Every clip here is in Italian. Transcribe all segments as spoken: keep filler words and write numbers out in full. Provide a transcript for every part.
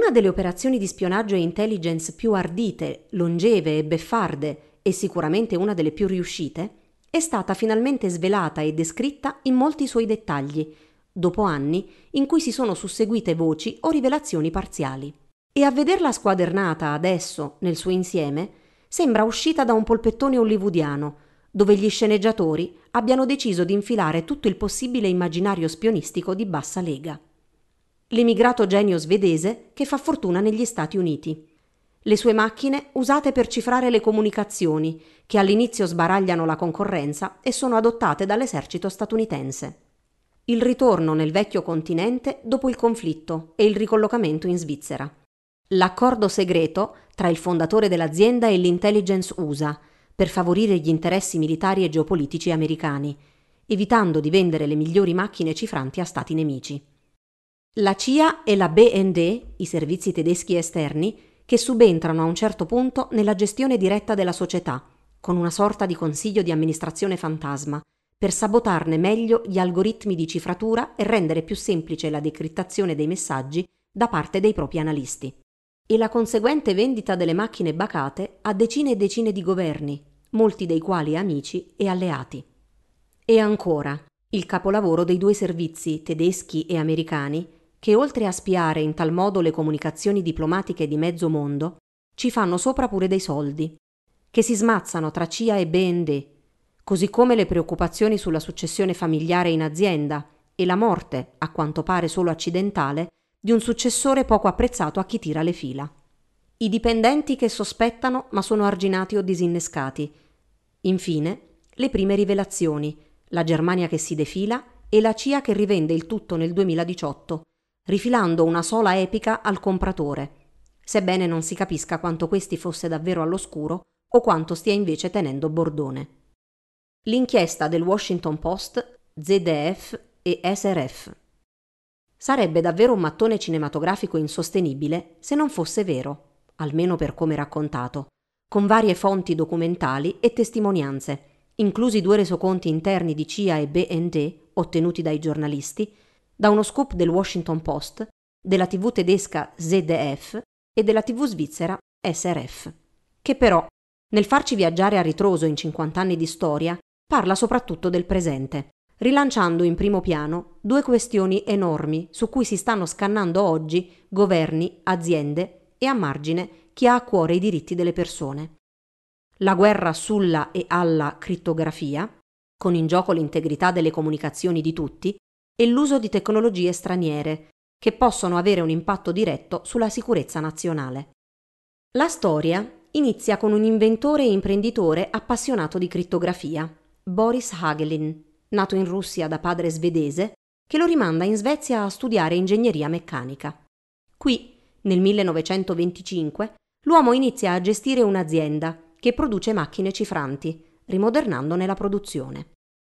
una delle operazioni di spionaggio e intelligence più ardite, longeve e beffarde, e sicuramente una delle più riuscite, è stata finalmente svelata e descritta in molti suoi dettagli, dopo anni in cui si sono susseguite voci o rivelazioni parziali. E a vederla squadernata adesso, nel suo insieme, sembra uscita da un polpettone hollywoodiano, dove gli sceneggiatori abbiano deciso di infilare tutto il possibile immaginario spionistico di bassa lega. L'emigrato genio svedese che fa fortuna negli Stati Uniti. Le sue macchine usate per cifrare le comunicazioni, che all'inizio sbaragliano la concorrenza e sono adottate dall'esercito statunitense. Il ritorno nel vecchio continente dopo il conflitto e il ricollocamento in Svizzera. L'accordo segreto tra il fondatore dell'azienda e l'intelligence U S A per favorire gli interessi militari e geopolitici americani, evitando di vendere le migliori macchine cifranti a stati nemici. La C I A e la B and D, i servizi tedeschi esterni, che subentrano a un certo punto nella gestione diretta della società, con una sorta di consiglio di amministrazione fantasma, per sabotarne meglio gli algoritmi di cifratura e rendere più semplice la decrittazione dei messaggi da parte dei propri analisti. E la conseguente vendita delle macchine bacate a decine e decine di governi, molti dei quali amici e alleati. E ancora, il capolavoro dei due servizi tedeschi e americani che, oltre a spiare in tal modo le comunicazioni diplomatiche di mezzo mondo, ci fanno sopra pure dei soldi, che si smazzano tra C I A e B and D, così come le preoccupazioni sulla successione familiare in azienda e la morte, a quanto pare solo accidentale, di un successore poco apprezzato a chi tira le fila. I dipendenti che sospettano ma sono arginati o disinnescati. Infine, le prime rivelazioni, la Germania che si defila e la C I A che rivende il tutto nel duemiladiciotto, rifilando una sola epica al compratore, sebbene non si capisca quanto questi fosse davvero all'oscuro o quanto stia invece tenendo bordone. L'inchiesta del Washington Post, Z D F e S R F. Sarebbe davvero un mattone cinematografico insostenibile se non fosse vero, almeno per come raccontato, con varie fonti documentali e testimonianze, inclusi due resoconti interni di C I A e B and D ottenuti dai giornalisti, da uno scoop del Washington Post, della tivù tedesca Z D F e della tivù svizzera S R F, che però, nel farci viaggiare a ritroso in cinquanta anni di storia, parla soprattutto del presente, rilanciando in primo piano due questioni enormi su cui si stanno scannando oggi governi, aziende e a margine chi ha a cuore i diritti delle persone. La guerra sulla e alla crittografia, con in gioco l'integrità delle comunicazioni di tutti, e l'uso di tecnologie straniere, che possono avere un impatto diretto sulla sicurezza nazionale. La storia inizia con un inventore e imprenditore appassionato di crittografia, Boris Hagelin, nato in Russia da padre svedese, che lo rimanda in Svezia a studiare ingegneria meccanica. Qui, nel millenovecentoventicinque, l'uomo inizia a gestire un'azienda che produce macchine cifranti, rimodernandone la produzione.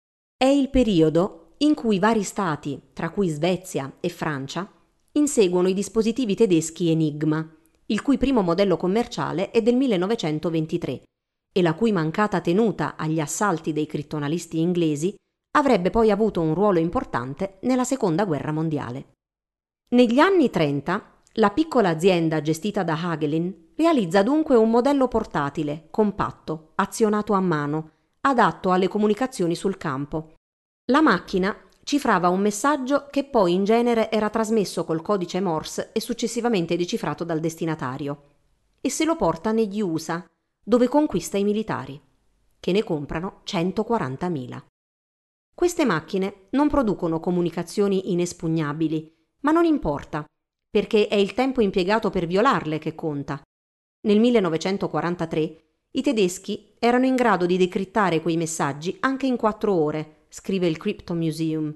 È il periodo in cui vari stati, tra cui Svezia e Francia, inseguono i dispositivi tedeschi Enigma, il cui primo modello commerciale è del millenovecentoventitré e la cui mancata tenuta agli assalti dei crittonalisti inglesi avrebbe poi avuto un ruolo importante nella Seconda Guerra Mondiale. Negli anni trenta, la piccola azienda gestita da Hagelin realizza dunque un modello portatile, compatto, azionato a mano, adatto alle comunicazioni sul campo. La macchina cifrava un messaggio che poi in genere era trasmesso col codice Morse e successivamente decifrato dal destinatario, e se lo porta negli U S A, dove conquista i militari, che ne comprano centoquarantamila. Queste macchine non producono comunicazioni inespugnabili, ma non importa, perché è il tempo impiegato per violarle che conta. Nel millenovecentoquarantatré i tedeschi erano in grado di decrittare quei messaggi anche in quattro ore, scrive il Crypto Museum,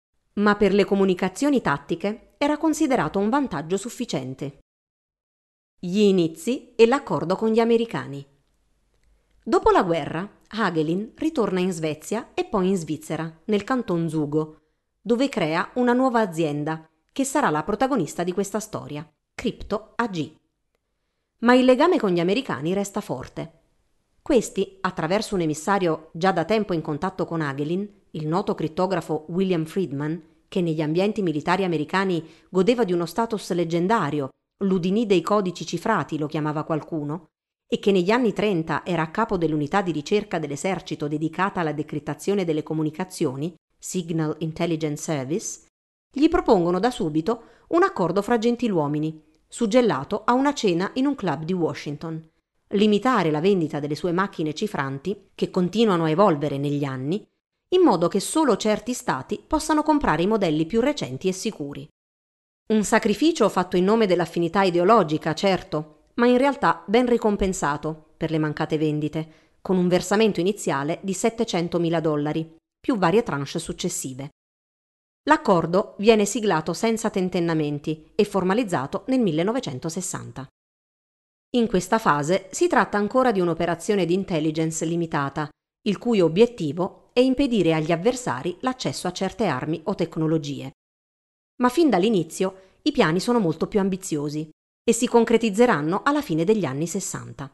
ma per le comunicazioni tattiche era considerato un vantaggio sufficiente. Gli inizi e l'accordo con gli americani. Dopo la guerra, Hagelin ritorna in Svezia e poi in Svizzera, nel canton Zugo, dove crea una nuova azienda che sarà la protagonista di questa storia, Crypto A G. Ma il legame con gli americani resta forte. Questi, attraverso un emissario già da tempo in contatto con Hagelin, il noto crittografo William Friedman, che negli ambienti militari americani godeva di uno status leggendario l'Houdini dei codici cifrati lo chiamava qualcuno, e che negli anni trenta era a capo dell'unità di ricerca dell'esercito dedicata alla decrittazione delle comunicazioni, Signal Intelligence Service, gli propongono da subito un accordo fra gentiluomini, suggellato a una cena in un club di Washington: limitare la vendita delle sue macchine cifranti, che continuano a evolvere negli anni, in modo che solo certi stati possano comprare i modelli più recenti e sicuri. Un sacrificio fatto in nome dell'affinità ideologica, certo, ma in realtà ben ricompensato per le mancate vendite, con un versamento iniziale di settecentomila dollari, più varie tranche successive. L'accordo viene siglato senza tentennamenti e formalizzato nel millenovecentosessanta. In questa fase si tratta ancora di un'operazione di intelligence limitata, il cui obiettivo è impedire agli avversari l'accesso a certe armi o tecnologie. Ma fin dall'inizio i piani sono molto più ambiziosi e si concretizzeranno alla fine degli anni sessanta.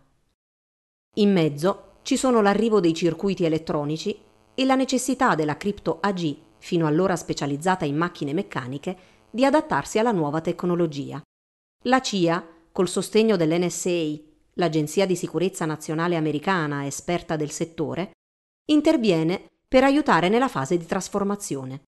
In mezzo ci sono l'arrivo dei circuiti elettronici e la necessità della Crypto A G, fino allora specializzata in macchine meccaniche, di adattarsi alla nuova tecnologia. La C I A, col sostegno dell'N S A, l'Agenzia di Sicurezza Nazionale Americana esperta del settore, interviene per aiutare nella fase di trasformazione.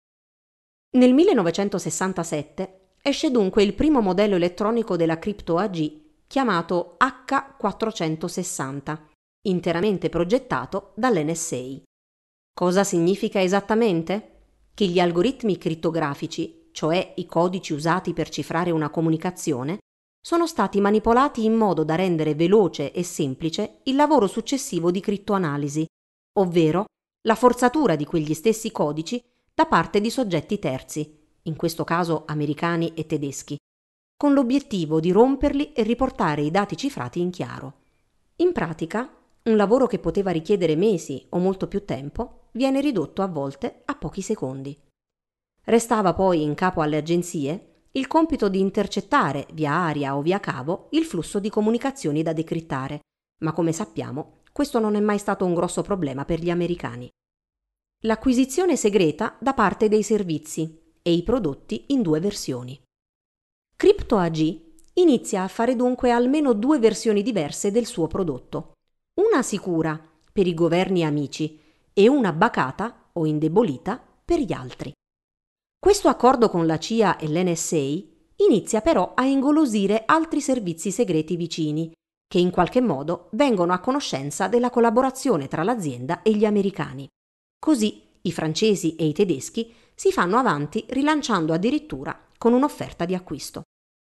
Nel millenovecentosessantasette esce dunque il primo modello elettronico della Crypto A G, chiamato H quattrocentosessanta, interamente progettato dall'N S A. Cosa significa esattamente? Che gli algoritmi crittografici, cioè i codici usati per cifrare una comunicazione, sono stati manipolati in modo da rendere veloce e semplice il lavoro successivo di crittoanalisi, ovvero la forzatura di quegli stessi codici da parte di soggetti terzi, in questo caso americani e tedeschi, con l'obiettivo di romperli e riportare i dati cifrati in chiaro. In pratica, un lavoro che poteva richiedere mesi o molto più tempo viene ridotto a volte a pochi secondi. Restava poi in capo alle agenzie il compito di intercettare via aria o via cavo il flusso di comunicazioni da decrittare, ma come sappiamo questo non è mai stato un grosso problema per gli americani. L'acquisizione segreta da parte dei servizi e i prodotti in due versioni. Crypto A G inizia a fare dunque almeno due versioni diverse del suo prodotto, una sicura per i governi amici e una bacata o indebolita per gli altri. Questo accordo con la C I A e l'N S A inizia però a ingolosire altri servizi segreti vicini, che in qualche modo vengono a conoscenza della collaborazione tra l'azienda e gli americani. Così i francesi e i tedeschi si fanno avanti rilanciando addirittura con un'offerta di acquisto.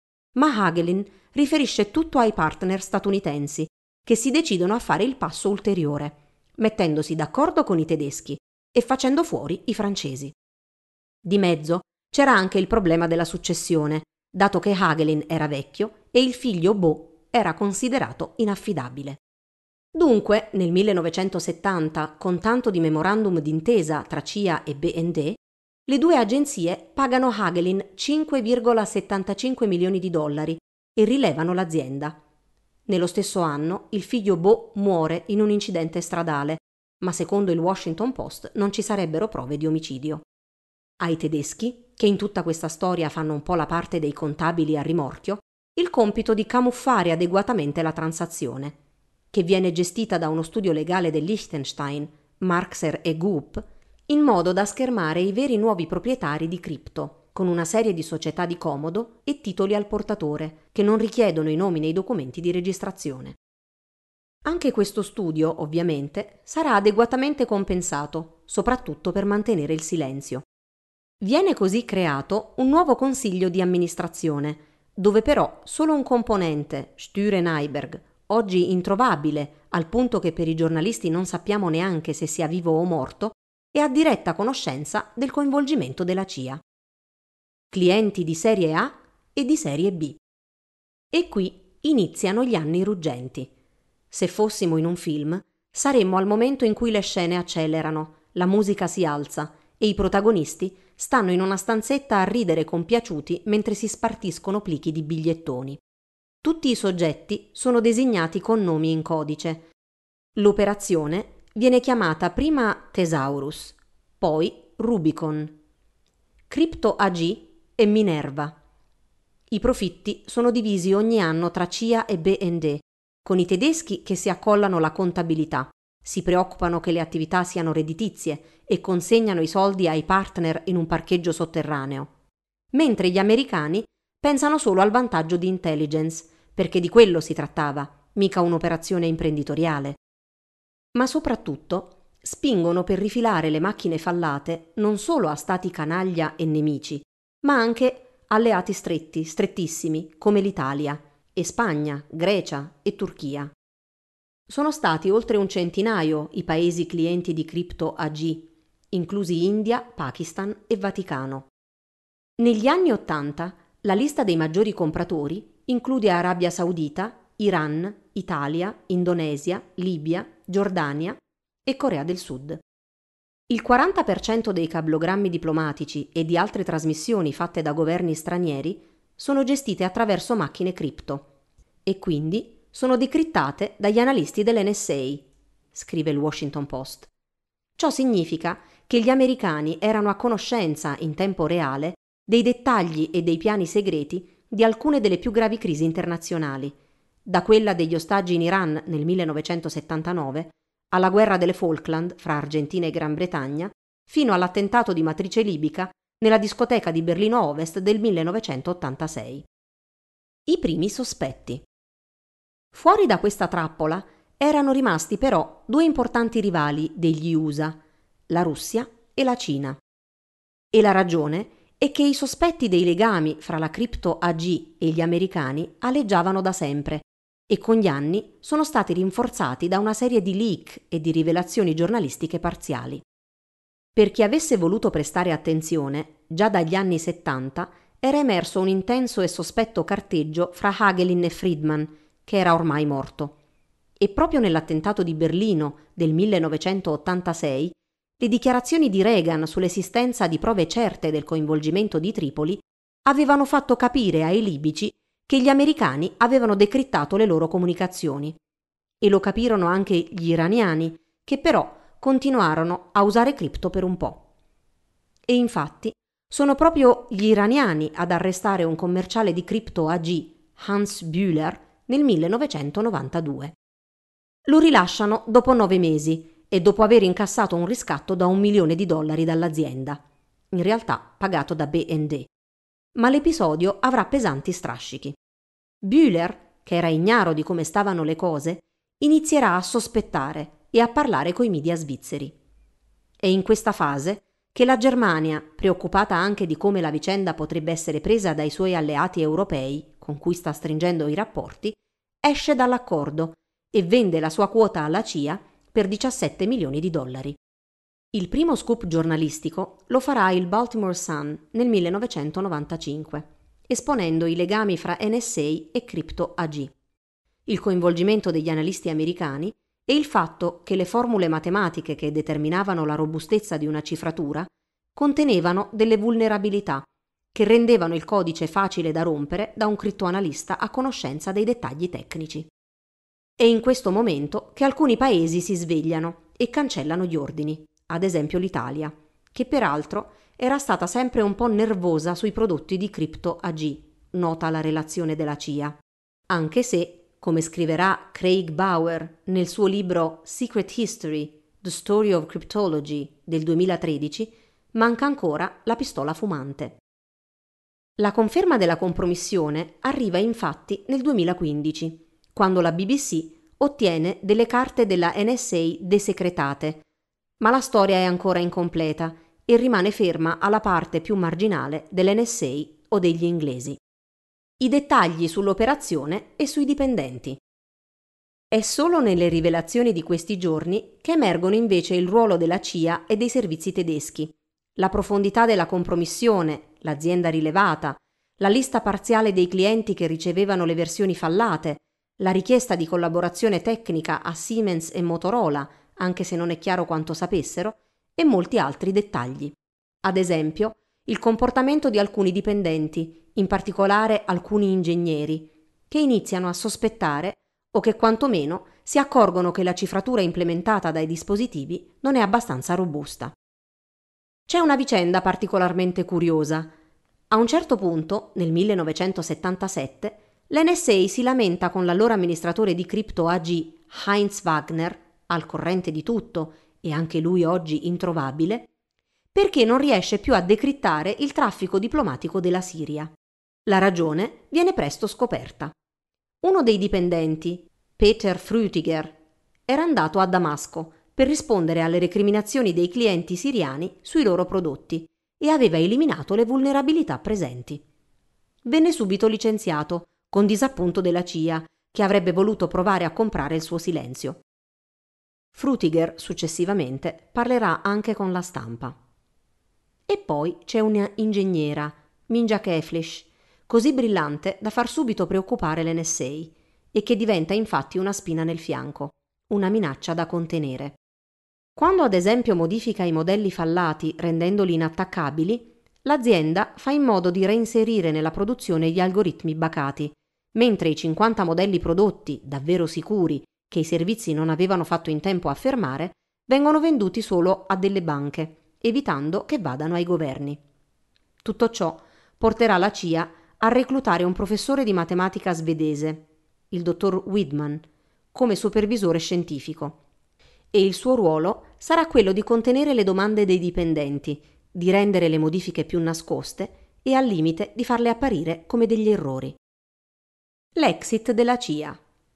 Ma Hagelin riferisce tutto ai partner statunitensi, che si decidono a fare il passo ulteriore, mettendosi d'accordo con i tedeschi e facendo fuori i francesi. Di mezzo c'era anche il problema della successione, dato che Hagelin era vecchio e il figlio Beau era considerato inaffidabile. Dunque, nel millenovecentosettanta, con tanto di memorandum d'intesa tra C I A e B and D, le due agenzie pagano Hagelin cinque virgola settantacinque milioni di dollari e rilevano l'azienda. Nello stesso anno il figlio Beau muore in un incidente stradale, ma secondo il Washington Post non ci sarebbero prove di omicidio. Ai tedeschi, che in tutta questa storia fanno un po' la parte dei contabili a rimorchio, il compito di camuffare adeguatamente la transazione, che viene gestita da uno studio legale del Liechtenstein, Marxer e Goop, in modo da schermare i veri nuovi proprietari di cripto, con una serie di società di comodo e titoli al portatore, che non richiedono i nomi nei documenti di registrazione. Anche questo studio, ovviamente, sarà adeguatamente compensato, soprattutto per mantenere il silenzio. Viene così creato un nuovo consiglio di amministrazione, dove però solo un componente, Stüre Nyberg, oggi introvabile al punto che per i giornalisti non sappiamo neanche se sia vivo o morto, è a diretta conoscenza del coinvolgimento della C I A. Clienti di serie A e di serie B. E qui iniziano gli anni ruggenti. Se fossimo in un film, saremmo al momento in cui le scene accelerano, la musica si alza e i protagonisti stanno in una stanzetta a ridere compiaciuti mentre si spartiscono plichi di bigliettoni. Tutti i soggetti sono designati con nomi in codice. L'operazione viene chiamata prima Thesaurus, poi Rubicon. Crypto A G e Minerva. I profitti sono divisi ogni anno tra C I A e B and E, con i tedeschi che si accollano la contabilità, si preoccupano che le attività siano redditizie e consegnano i soldi ai partner in un parcheggio sotterraneo, mentre gli americani pensano solo al vantaggio di intelligence, perché di quello si trattava, mica un'operazione imprenditoriale. Ma soprattutto spingono per rifilare le macchine fallate non solo a stati canaglia e nemici, ma anche alleati stretti, strettissimi, come l'Italia, e Spagna, Grecia e Turchia. Sono stati oltre un centinaio i paesi clienti di Crypto A G, inclusi India, Pakistan e Vaticano. Negli anni Ottanta la lista dei maggiori compratori include Arabia Saudita, Iran, Italia, Indonesia, Libia, Giordania e Corea del Sud. Il quaranta per cento dei cablogrammi diplomatici e di altre trasmissioni fatte da governi stranieri sono gestite attraverso macchine cripto e quindi sono decrittate dagli analisti dell'N S A, scrive il Washington Post. Ciò significa che gli americani erano a conoscenza in tempo reale dei dettagli e dei piani segreti di alcune delle più gravi crisi internazionali, da quella degli ostaggi in Iran nel millenovecentosettantanove alla guerra delle Falkland fra Argentina e Gran Bretagna, fino all'attentato di matrice libica nella discoteca di Berlino Ovest del millenovecentottantasei. I primi sospetti. Fuori da questa trappola erano rimasti però due importanti rivali degli U S A, la Russia e la Cina. E la ragione è che i sospetti dei legami fra la Crypto A G e gli americani aleggiavano da sempre e con gli anni sono stati rinforzati da una serie di leak e di rivelazioni giornalistiche parziali. Per chi avesse voluto prestare attenzione, già dagli anni settanta era emerso un intenso e sospetto carteggio fra Hagelin e Friedman, che era ormai morto. E proprio nell'attentato di Berlino del millenovecentottantasei, le dichiarazioni di Reagan sull'esistenza di prove certe del coinvolgimento di Tripoli avevano fatto capire ai libici che gli americani avevano decrittato le loro comunicazioni. E lo capirono anche gli iraniani, che però continuarono a usare cripto per un po'. E infatti sono proprio gli iraniani ad arrestare un commerciale di Crypto A G, Hans Bühler, nel millenovecentonovantadue. Lo rilasciano dopo nove mesi e dopo aver incassato un riscatto da un milione di dollari dall'azienda, in realtà pagato da B and E. Ma l'episodio avrà pesanti strascichi. Bühler, che era ignaro di come stavano le cose, inizierà a sospettare e a parlare coi media svizzeri. È in questa fase che la Germania, preoccupata anche di come la vicenda potrebbe essere presa dai suoi alleati europei, con cui sta stringendo i rapporti, esce dall'accordo e vende la sua quota alla C I A per diciassette milioni di dollari. Il primo scoop giornalistico lo farà il Baltimore Sun nel millenovecentonovantacinque, esponendo i legami fra N S A e Crypto A G, il coinvolgimento degli analisti americani e il fatto che le formule matematiche che determinavano la robustezza di una cifratura contenevano delle vulnerabilità che rendevano il codice facile da rompere da un crittoanalista a conoscenza dei dettagli tecnici. È in questo momento che alcuni paesi si svegliano e cancellano gli ordini, ad esempio l'Italia, che peraltro era stata sempre un po' nervosa sui prodotti di Crypto A G, nota la relazione della C I A, anche se, come scriverà Craig Bauer nel suo libro Secret History, The Story of Cryptology del duemilatredici, manca ancora la pistola fumante. La conferma della compromissione arriva infatti nel duemilaquindici, quando la B B C ottiene delle carte della N S A desecretate, ma la storia è ancora incompleta e rimane ferma alla parte più marginale dell'N S A o degli inglesi. I dettagli sull'operazione e sui dipendenti. È solo nelle rivelazioni di questi giorni che emergono invece il ruolo della C I A e dei servizi tedeschi, la profondità della compromissione, l'azienda rilevata, la lista parziale dei clienti che ricevevano le versioni fallate, la richiesta di collaborazione tecnica a Siemens e Motorola, anche se non è chiaro quanto sapessero, e molti altri dettagli. Ad esempio, il comportamento di alcuni dipendenti, in particolare alcuni ingegneri, che iniziano a sospettare o che quantomeno si accorgono che la cifratura implementata dai dispositivi non è abbastanza robusta. C'è una vicenda particolarmente curiosa. A un certo punto, nel millenovecentosettantasette, l'N S A si lamenta con l'allora amministratore di Crypto A G, Heinz Wagner, al corrente di tutto e anche lui oggi introvabile, perché non riesce più a decrittare il traffico diplomatico della Siria. La ragione viene presto scoperta. Uno dei dipendenti, Peter Frutiger, era andato a Damasco per rispondere alle recriminazioni dei clienti siriani sui loro prodotti e aveva eliminato le vulnerabilità presenti. Venne subito licenziato, con disappunto della C I A, che avrebbe voluto provare a comprare il suo silenzio. Frutiger, successivamente, parlerà anche con la stampa. E poi c'è un'ingegnera, Minja Keflish, così brillante da far subito preoccupare l'N S A e che diventa infatti una spina nel fianco, una minaccia da contenere. Quando ad esempio modifica i modelli fallati rendendoli inattaccabili, l'azienda fa in modo di reinserire nella produzione gli algoritmi bacati, mentre i cinquanta modelli prodotti, davvero sicuri, che i servizi non avevano fatto in tempo a fermare, vengono venduti solo a delle banche, evitando che vadano ai governi. Tutto ciò porterà la C I A a reclutare un professore di matematica svedese, il dottor Widman, come supervisore scientifico. E il suo ruolo sarà quello di contenere le domande dei dipendenti, di rendere le modifiche più nascoste e al limite di farle apparire come degli errori. L'exit della C I A.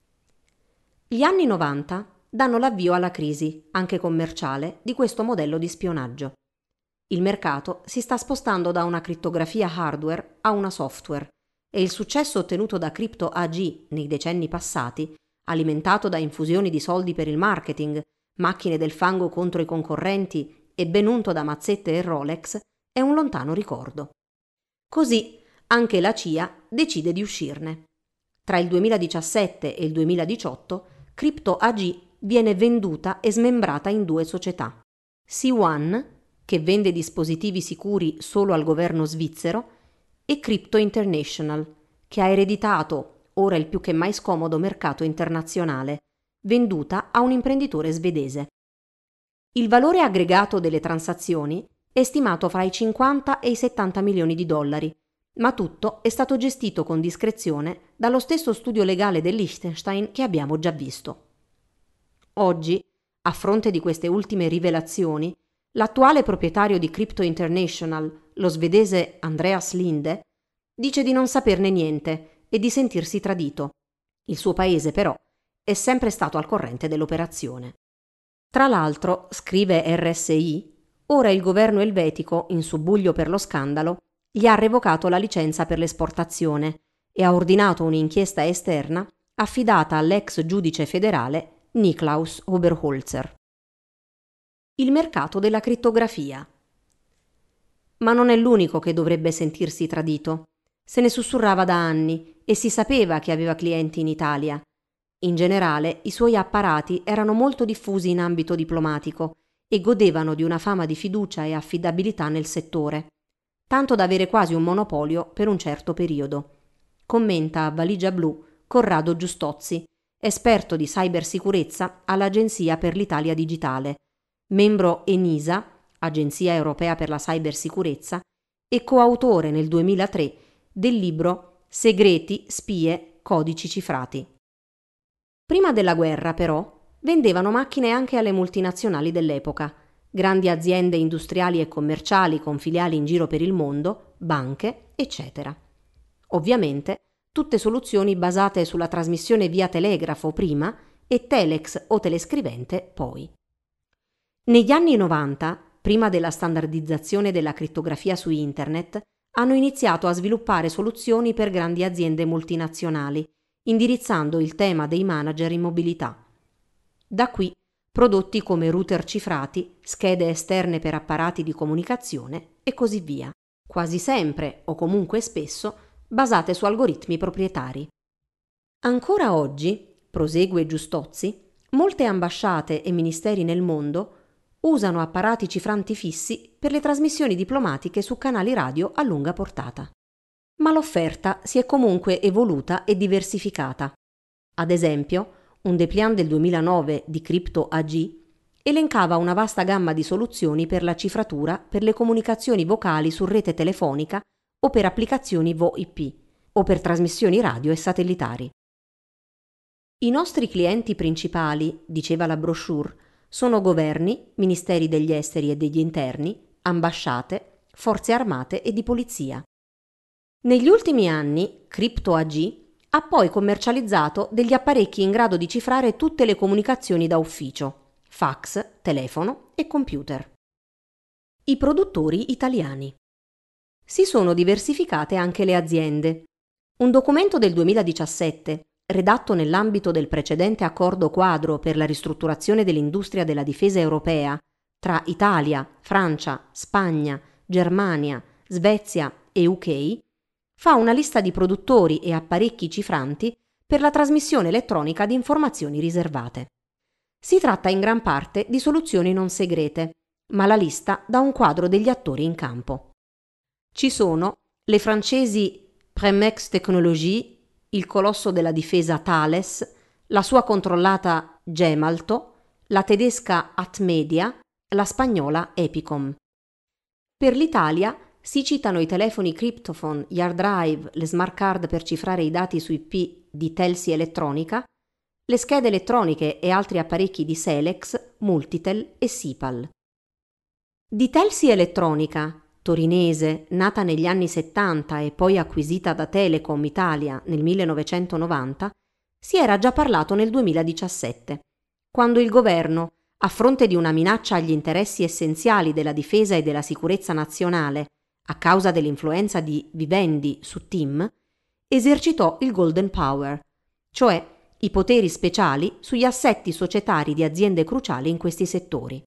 Gli anni novanta danno l'avvio alla crisi, anche commerciale, di questo modello di spionaggio. Il mercato si sta spostando da una crittografia hardware a una software e il successo ottenuto da Crypto A G nei decenni passati, alimentato da infusioni di soldi per il marketing, macchine del fango contro i concorrenti e ben unto da mazzette e Rolex, è un lontano ricordo. Così anche la C I A decide di uscirne. Tra il duemiladiciassette e il duemiladiciotto, Crypto A G viene venduta e smembrata in due società. C uno, che vende dispositivi sicuri solo al governo svizzero, e Crypto International, che ha ereditato, ora il più che mai scomodo mercato internazionale, venduta a un imprenditore svedese. Il valore aggregato delle transazioni è stimato fra i cinquanta e i settanta milioni di dollari, ma tutto è stato gestito con discrezione dallo stesso studio legale del Liechtenstein che abbiamo già visto. Oggi, a fronte di queste ultime rivelazioni, l'attuale proprietario di Crypto International, lo svedese Andreas Linde, dice di non saperne niente e di sentirsi tradito. Il suo paese, però, è sempre stato al corrente dell'operazione. Tra l'altro, scrive R S I, ora il governo elvetico, in subbuglio per lo scandalo, gli ha revocato la licenza per l'esportazione e ha ordinato un'inchiesta esterna affidata all'ex giudice federale Niklaus Oberholzer. Il mercato della crittografia. Ma non è l'unico che dovrebbe sentirsi tradito. Se ne sussurrava da anni e si sapeva che aveva clienti in Italia. In generale, i suoi apparati erano molto diffusi in ambito diplomatico e godevano di una fama di fiducia e affidabilità nel settore, tanto da avere quasi un monopolio per un certo periodo. Commenta a Valigia Blu Corrado Giustozzi, esperto di cybersicurezza all'Agenzia per l'Italia Digitale, membro ENISA, Agenzia Europea per la Cybersicurezza, e coautore nel duemilatré del libro Segreti, spie, codici cifrati. Prima della guerra, però, vendevano macchine anche alle multinazionali dell'epoca, grandi aziende industriali e commerciali con filiali in giro per il mondo, banche, eccetera. Ovviamente, tutte soluzioni basate sulla trasmissione via telegrafo prima e telex o telescrivente poi. Negli anni novanta, prima della standardizzazione della crittografia su Internet, hanno iniziato a sviluppare soluzioni per grandi aziende multinazionali, indirizzando il tema dei manager in mobilità. Da qui prodotti come router cifrati, schede esterne per apparati di comunicazione e così via, quasi sempre o comunque spesso basate su algoritmi proprietari. Ancora oggi, prosegue Giustozzi, molte ambasciate e ministeri nel mondo usano apparati cifranti fissi per le trasmissioni diplomatiche su canali radio a lunga portata. Ma l'offerta si è comunque evoluta e diversificata. Ad esempio, un dépliant del duemilanove di Crypto A G elencava una vasta gamma di soluzioni per la cifratura per le comunicazioni vocali su rete telefonica o per applicazioni V O I P o per trasmissioni radio e satellitari. I nostri clienti principali, diceva la brochure, sono governi, ministeri degli esteri e degli interni, ambasciate, forze armate e di polizia. Negli ultimi anni, Crypto A G ha poi commercializzato degli apparecchi in grado di cifrare tutte le comunicazioni da ufficio, fax, telefono e computer. I produttori italiani. Si sono diversificate anche le aziende. Un documento del duemiladiciassette, redatto nell'ambito del precedente accordo quadro per la ristrutturazione dell'industria della difesa europea tra Italia, Francia, Spagna, Germania, Svezia e U K, fa una lista di produttori e apparecchi cifranti per la trasmissione elettronica di informazioni riservate. Si tratta in gran parte di soluzioni non segrete, ma la lista dà un quadro degli attori in campo. Ci sono le francesi Premex Technologies, il colosso della difesa Thales, la sua controllata Gemalto, la tedesca Atmedia, la spagnola Epicom. Per l'Italia si citano i telefoni Cryptophone, Yard Drive, le smart card per cifrare i dati su I P di Telsi Elettronica, le schede elettroniche e altri apparecchi di Selex, Multitel e Sipal. Di Telsi Elettronica, torinese, nata negli anni settanta e poi acquisita da Telecom Italia nel millenovecentonovanta, si era già parlato nel duemiladiciassette, quando il governo, a fronte di una minaccia agli interessi essenziali della difesa e della sicurezza nazionale a causa dell'influenza di Vivendi su TIM, esercitò il Golden Power, cioè i poteri speciali sugli assetti societari di aziende cruciali in questi settori.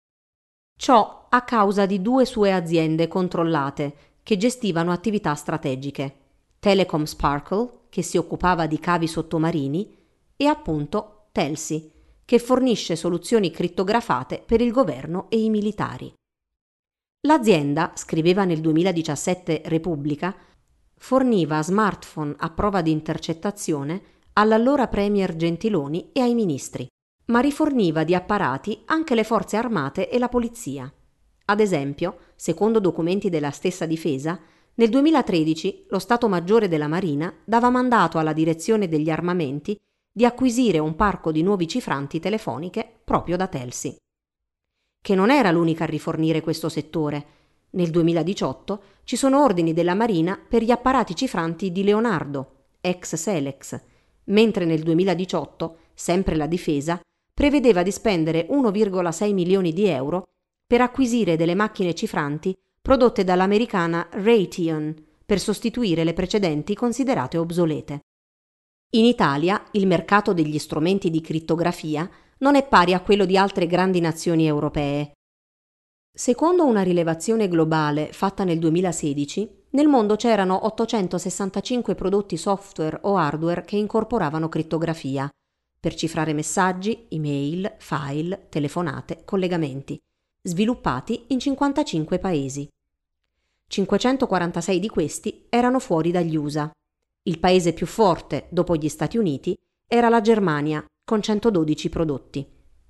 Ciò a causa di due sue aziende controllate che gestivano attività strategiche, Telecom Sparkle, che si occupava di cavi sottomarini, e appunto Telsi, che fornisce soluzioni crittografate per il governo e i militari. L'azienda, scriveva nel duemiladiciassette Repubblica, forniva smartphone a prova di intercettazione all'allora premier Gentiloni e ai ministri, ma riforniva di apparati anche le forze armate e la polizia. Ad esempio, secondo documenti della stessa difesa, nel duemilatredici lo Stato Maggiore della Marina dava mandato alla Direzione degli Armamenti di acquisire un parco di nuovi cifranti telefoniche proprio da Telsi. Che non era l'unica a rifornire questo settore. Nel duemiladiciotto ci sono ordini della Marina per gli apparati cifranti di Leonardo, ex Selex, mentre nel duemiladiciotto, sempre la Difesa, prevedeva di spendere uno virgola sei milioni di euro per acquisire delle macchine cifranti prodotte dall'americana Raytheon per sostituire le precedenti considerate obsolete. In Italia il mercato degli strumenti di crittografia non è pari a quello di altre grandi nazioni europee. Secondo una rilevazione globale fatta nel duemilasedici, nel mondo c'erano ottocentosessantacinque prodotti software o hardware che incorporavano crittografia per cifrare messaggi, email, file, telefonate, collegamenti, sviluppati in cinquantacinque paesi. cinquecentoquarantasei di questi erano fuori dagli U S A. Il paese più forte, dopo gli Stati Uniti, era la Germania, con centododici prodotti.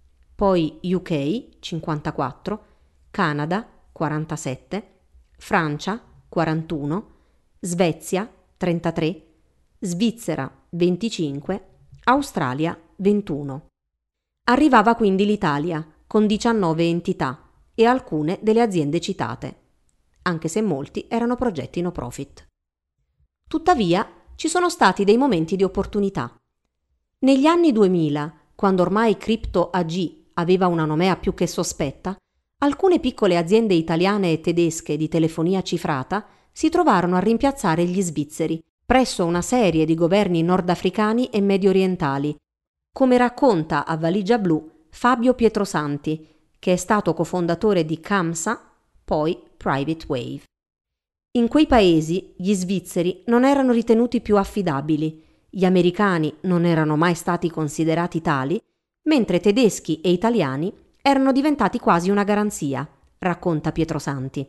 Poi U K, cinquantaquattro, Canada, quarantasette, Francia, quarantuno, Svezia, trentatré, Svizzera, venticinque, Australia, ventuno. Arrivava quindi l'Italia, con diciannove entità e alcune delle aziende citate, anche se molti erano progetti no profit. Tuttavia, ci sono stati dei momenti di opportunità. Negli anni duemila, quando ormai Crypto A G aveva una nomea più che sospetta, alcune piccole aziende italiane e tedesche di telefonia cifrata si trovarono a rimpiazzare gli svizzeri presso una serie di governi nordafricani e mediorientali, come racconta a Valigia Blu Fabio Pietrosanti, che è stato cofondatore di CAMSA, poi Private Wave. In quei paesi gli svizzeri non erano ritenuti più affidabili, gli americani non erano mai stati considerati tali, mentre tedeschi e italiani erano diventati quasi una garanzia, racconta Pietrosanti.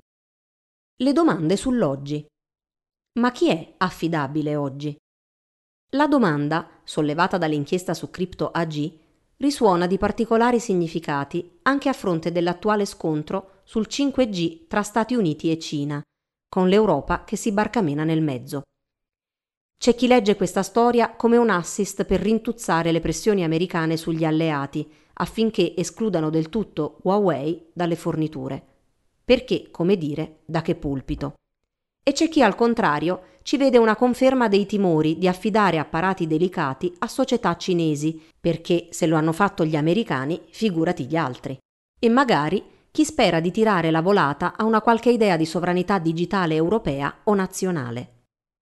Le domande sull'oggi. Ma chi è affidabile oggi? La domanda, sollevata dall'inchiesta su Crypto A G, risuona di particolari significati anche a fronte dell'attuale scontro sul cinque G tra Stati Uniti e Cina, con l'Europa che si barcamena nel mezzo. C'è chi legge questa storia come un assist per rintuzzare le pressioni americane sugli alleati affinché escludano del tutto Huawei dalle forniture. Perché, come dire, da che pulpito? E c'è chi al contrario ci vede una conferma dei timori di affidare apparati delicati a società cinesi, perché se lo hanno fatto gli americani, figurati gli altri. E magari chi spera di tirare la volata a una qualche idea di sovranità digitale europea o nazionale.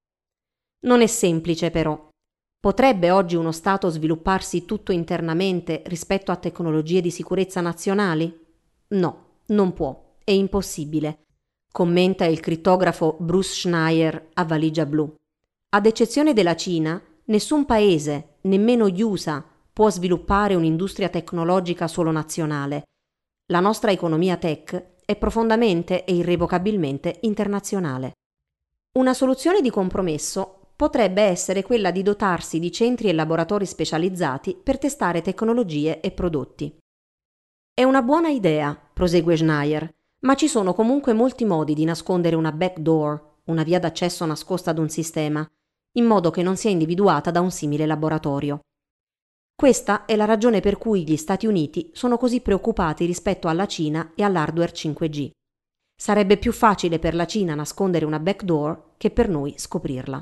Non è semplice però. Potrebbe oggi uno Stato svilupparsi tutto internamente rispetto a tecnologie di sicurezza nazionali? No, non può, è impossibile, commenta il crittografo Bruce Schneier a Valigia Blu. Ad eccezione della Cina, nessun paese, nemmeno gli U S A, può sviluppare un'industria tecnologica solo nazionale. La nostra economia tech è profondamente e irrevocabilmente internazionale. Una soluzione di compromesso potrebbe essere quella di dotarsi di centri e laboratori specializzati per testare tecnologie e prodotti. È una buona idea, prosegue Schneier, ma ci sono comunque molti modi di nascondere una backdoor, una via d'accesso nascosta ad un sistema, in modo che non sia individuata da un simile laboratorio. Questa è la ragione per cui gli Stati Uniti sono così preoccupati rispetto alla Cina e all'hardware cinque G. Sarebbe più facile per la Cina nascondere una backdoor che per noi scoprirla.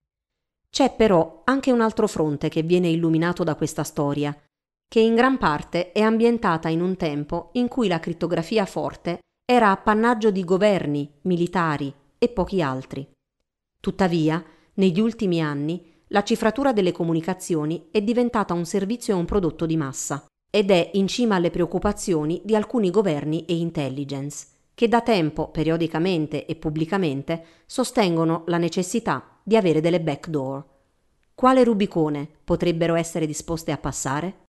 C'è però anche un altro fronte che viene illuminato da questa storia, che in gran parte è ambientata in un tempo in cui la crittografia forte era appannaggio di governi, militari e pochi altri. Tuttavia, negli ultimi anni, la cifratura delle comunicazioni è diventata un servizio e un prodotto di massa ed è in cima alle preoccupazioni di alcuni governi e intelligence, che da tempo, periodicamente e pubblicamente, sostengono la necessità di avere delle backdoor. Quale Rubicone potrebbero essere disposte a passare?